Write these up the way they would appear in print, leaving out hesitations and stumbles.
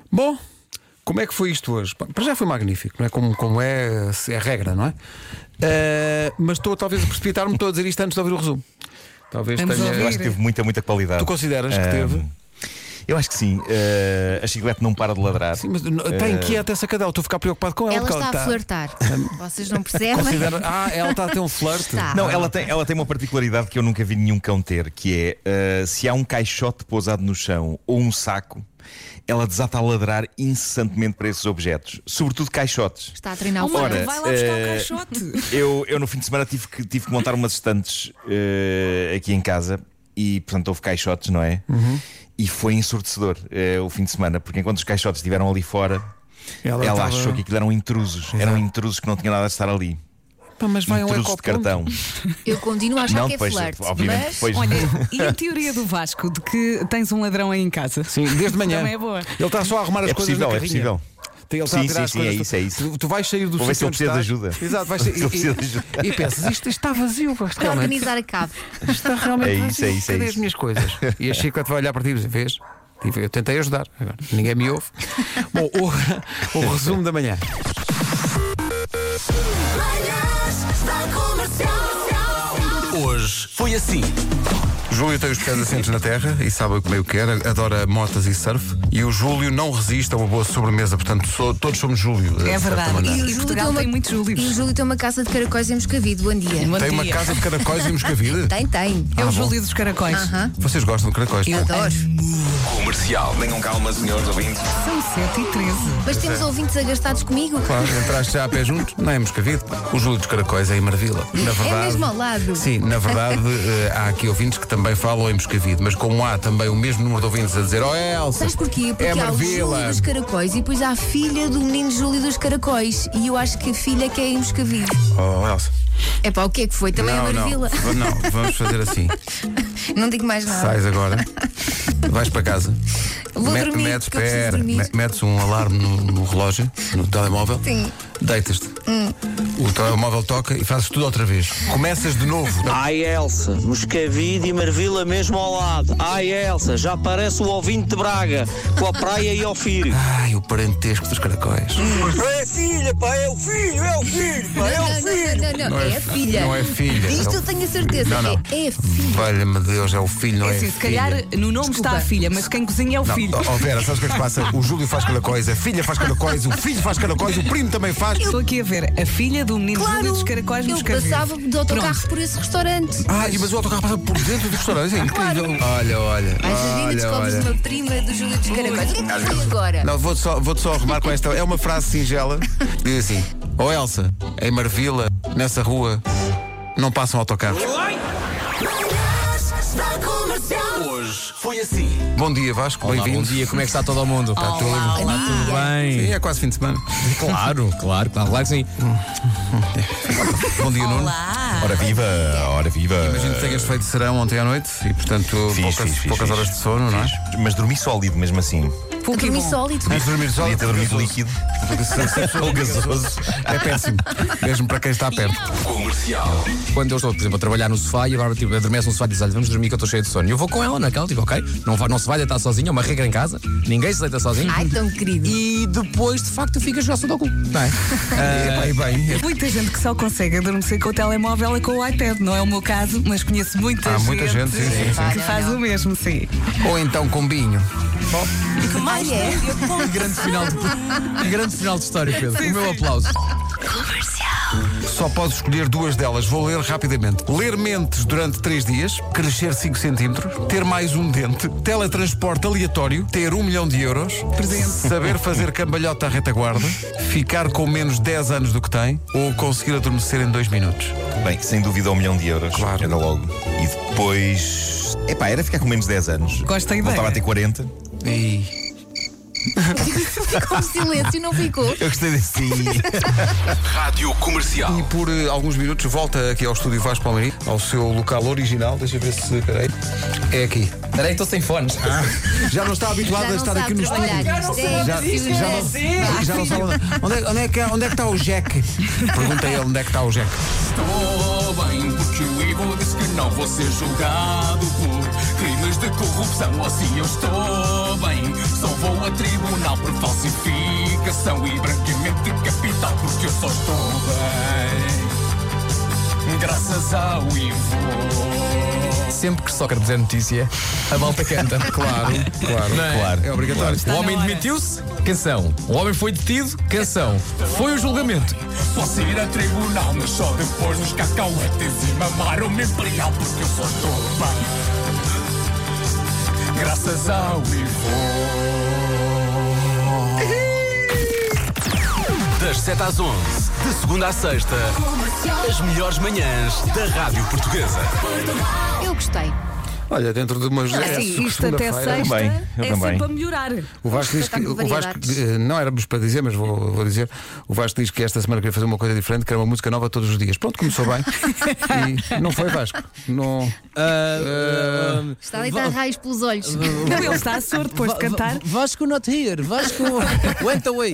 Bom, como é que foi isto hoje? Para já foi magnífico, não é? Como é a regra, não é? Mas estou talvez a precipitar-me, estou a dizer isto antes de ouvir o resumo. Talvez tenha. Eu acho que teve muita qualidade. Tu consideras que teve? Eu acho que sim. A chiclete não para de ladrar. Sim, mas está inquieta essa cadela. Estou a ficar preocupado com ela. Ela está a flertar. Vocês não percebem? Ela está a ter um flerte. Não, ela tem uma particularidade que eu nunca vi nenhum cão ter, que é se há um caixote pousado no chão ou um saco, ela desata a ladrar incessantemente para esses objetos, sobretudo caixotes. Está a treinar o Ora, vai lá buscar o caixote. Eu no fim de semana tive que montar umas estantes aqui em casa e, portanto, houve caixotes, não é? E foi ensurdecedor o fim de semana, porque enquanto os caixotes estiveram ali fora, ela achou que aquilo eram intrusos. Exato. Eram intrusos que não tinham nada de estar ali. Mas vai intrusos de cartão. Eu continuo a achar que é flerte. Obviamente, mas... Olha, e a teoria do Vasco de que tens um ladrão aí em casa? Sim, desde manhã. Também é boa. Ele está só a arrumar as coisas na carrinha. É possível. Ele está a tirar as coisas. É isso. Tu vais sair do Vou ver se ele precisa de ajuda. Exato, vais sair. E pensas, isto está vazio. Para organizar a cave. Isto está realmente vazio. É isso. Cadê as minhas coisas? E a Chica vai olhar para ti e dizer, vês? Eu tentei ajudar, agora ninguém me ouve. Bom, o resumo da manhã. Hoje foi assim. Júlio tem os pés assentos na terra e sabe o que meio quer, adora motas e surf. E o Júlio não resiste a uma boa sobremesa, portanto todos somos Júlio. É verdade. E E Portugal tem muitos Júlios. E o Júlio tem uma casa de caracóis em Moscavide. Bom dia. Tem uma casa de caracóis em Moscavide? Tem. É o Júlio dos caracóis. Vocês gostam de caracóis? Eu adoro. Comercial. Tenham calma, senhores ouvintes. São 7h13. Mas temos ouvintes agastados comigo? Claro, entraste já a pé junto? Não é em Moscavide. O Júlio dos caracóis é em Marvila. Na verdade, É mesmo ao lado. Sim, na verdade há aqui ouvintes que também falam em Moscavide. Mas como há também o mesmo número de ouvintes a dizer Elsa, sabes porquê? Porque é há o Marvila. Júlio dos caracóis e depois há a filha do menino Júlio dos caracóis. E eu acho que a filha que é em Moscavide. Oh, Elsa. Epá, o que é que foi? Também é Marvila. Não, vamos fazer assim. Não digo mais nada. Sais agora, vais para casa. Vou dormir, porque eu preciso dormir. Metes um alarme no relógio, no telemóvel. Sim. Deitas-te. O telemóvel toca e fazes tudo outra vez. Começas de novo. Ai Elsa, Moscavide e Marvila mesmo ao lado. Ai Elsa, já parece o ouvinte de Braga, com a praia e ao filho. Ai, o parentesco dos caracóis. Não é filha, pá, é o filho, pá, é o filho. Não, é a filha. Não é filha. Isto eu tenho a certeza. Não. É a filha. Valha-me Deus, é o filho, não é Assim, a se calhar filha. no nome está a filha, mas quem cozinha é o filho. Oh Vera, sabes o que é que passa? O Júlio faz caracóis, a filha faz caracóis, o filho faz caracóis, o primo também faz. Estou aqui a ver a filha do menino Júlio dos caracóis eu Moscavide. passava de autocarro por esse restaurante. Mas o autocarro passa por dentro do restaurante. É incrível. Olha. Às vezes descobres uma prima do Júlio dos caracóis. O que é que foi agora? Não, vou-te só arrumar com esta. É uma frase singela. Diz assim: Elsa, em Marvila, nessa rua, não passam autocarros. Hoje foi assim. Bom dia, Vasco, Olá, bem-vindo. bom dia, como é que está todo o mundo? Está tudo. Tudo bem? Sim, é quase fim de semana. Claro que sim. Bom dia, Nuno. Ora viva. Imagino que tenhas feito serão ontem à noite e, portanto, poucas horas de sono, não é? Mas dormi sólido mesmo assim. Dormi sólido. Antes de dormir sólido, Podia ter dormido líquido ou gasoso. é péssimo, mesmo para quem está perto. Comercial. Quando eu estou, por exemplo, a trabalhar no sofá e agora tipo, adormece no sofá e diz: olha, vamos dormir que eu estou cheio de sono. E eu vou com ela naquela, tipo, ok, não se vai deitar sozinha, é uma regra em casa, ninguém se deita sozinho. Ai, tão querido. E depois, de facto, fica a jogar sono ao cu. Não é? Bem. Muita gente que só consegue adormecer com o telemóvel e com o iPad. Não é o meu caso, mas conheço muita gente sim. que faz o mesmo, sim. Ou então com binho. Que grande final de história, Pedro. O meu aplauso. Só podes escolher duas delas. Vou ler rapidamente. Ler mentes durante 3 dias, crescer 5 centímetros, ter mais um dente, teletransporte aleatório, ter 1 milhão de euros, Presente. saber fazer cambalhota à retaguarda, ficar com menos 10 anos do que tem ou conseguir adormecer em 2 minutos. Bem, sem dúvida 1 milhão de euros. Claro. Era logo. E depois. Era ficar com menos 10 anos. Gosto da ideia. Voltava a ter 40. Ficou um silêncio, não ficou? Eu gostei desse. Rádio Comercial. E por alguns minutos volta aqui ao estúdio Vasco Palmeirim, ao seu local original. Deixa eu ver se. Peraí. É aqui. Espera aí, estou sem fones. Já não está habituado a estar aqui no estúdio. Já não sabe onde é que está o Jack? Pergunta a ele onde é que está o Jack. Estou bem, porque o Ivo disse que não vou ser julgado por crimes de corrupção, assim eu estou bem. Só vou a tribunal por falsificação e branqueamento de capital, porque eu só estou bem graças ao Ivo. Sempre que Sócrates é notícia, a malta canta. Claro. Não é? Claro. É obrigatório. O homem demitiu-se, canção. O homem foi detido, canção. Foi o julgamento. Posso ir a tribunal, mas só depois nos cacauetes e mamar o meu imperial, porque eu só estou bem graças ao Ivo. Das 7 às 11, de segunda à sexta, as melhores manhãs da Rádio Portuguesa. Eu gostei. Olha, dentro de umas. Sim, isto até sexta também, eu é também. sempre a melhorar. O Vasco diz que. Espetáculo de O Vasco, variedades. não éramos para dizer, mas vou dizer. O Vasco diz que esta semana queria fazer uma coisa diferente, que era uma música nova todos os dias. Pronto, começou bem. E não foi, Vasco. Não. Está a deitar raios pelos olhos. Não, ele está a sorte depois de cantar. Vasco not here. Vasco went away.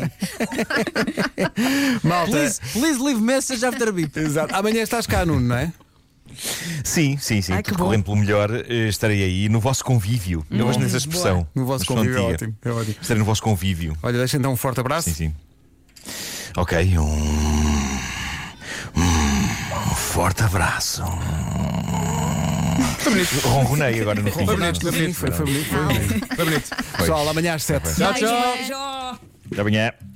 Malta. Please leave message after a beep. Exato. Amanhã estás cá, Nuno, não é? Sim. Ai, que Tudo bom. correndo pelo melhor, estarei aí no vosso convívio. Eu gosto dessa expressão. No vosso Mas convívio, é pronto, ótimo. É ótimo. Estarei no vosso convívio. Olha, deixa então um forte abraço. Sim. Ok, um forte abraço. Foi bonito. Ronronei agora no fim. Foi bonito. Foi bonito. Foi bonito. Pessoal, amanhã às 7. Tchau, tchau. Beijo. Até amanhã.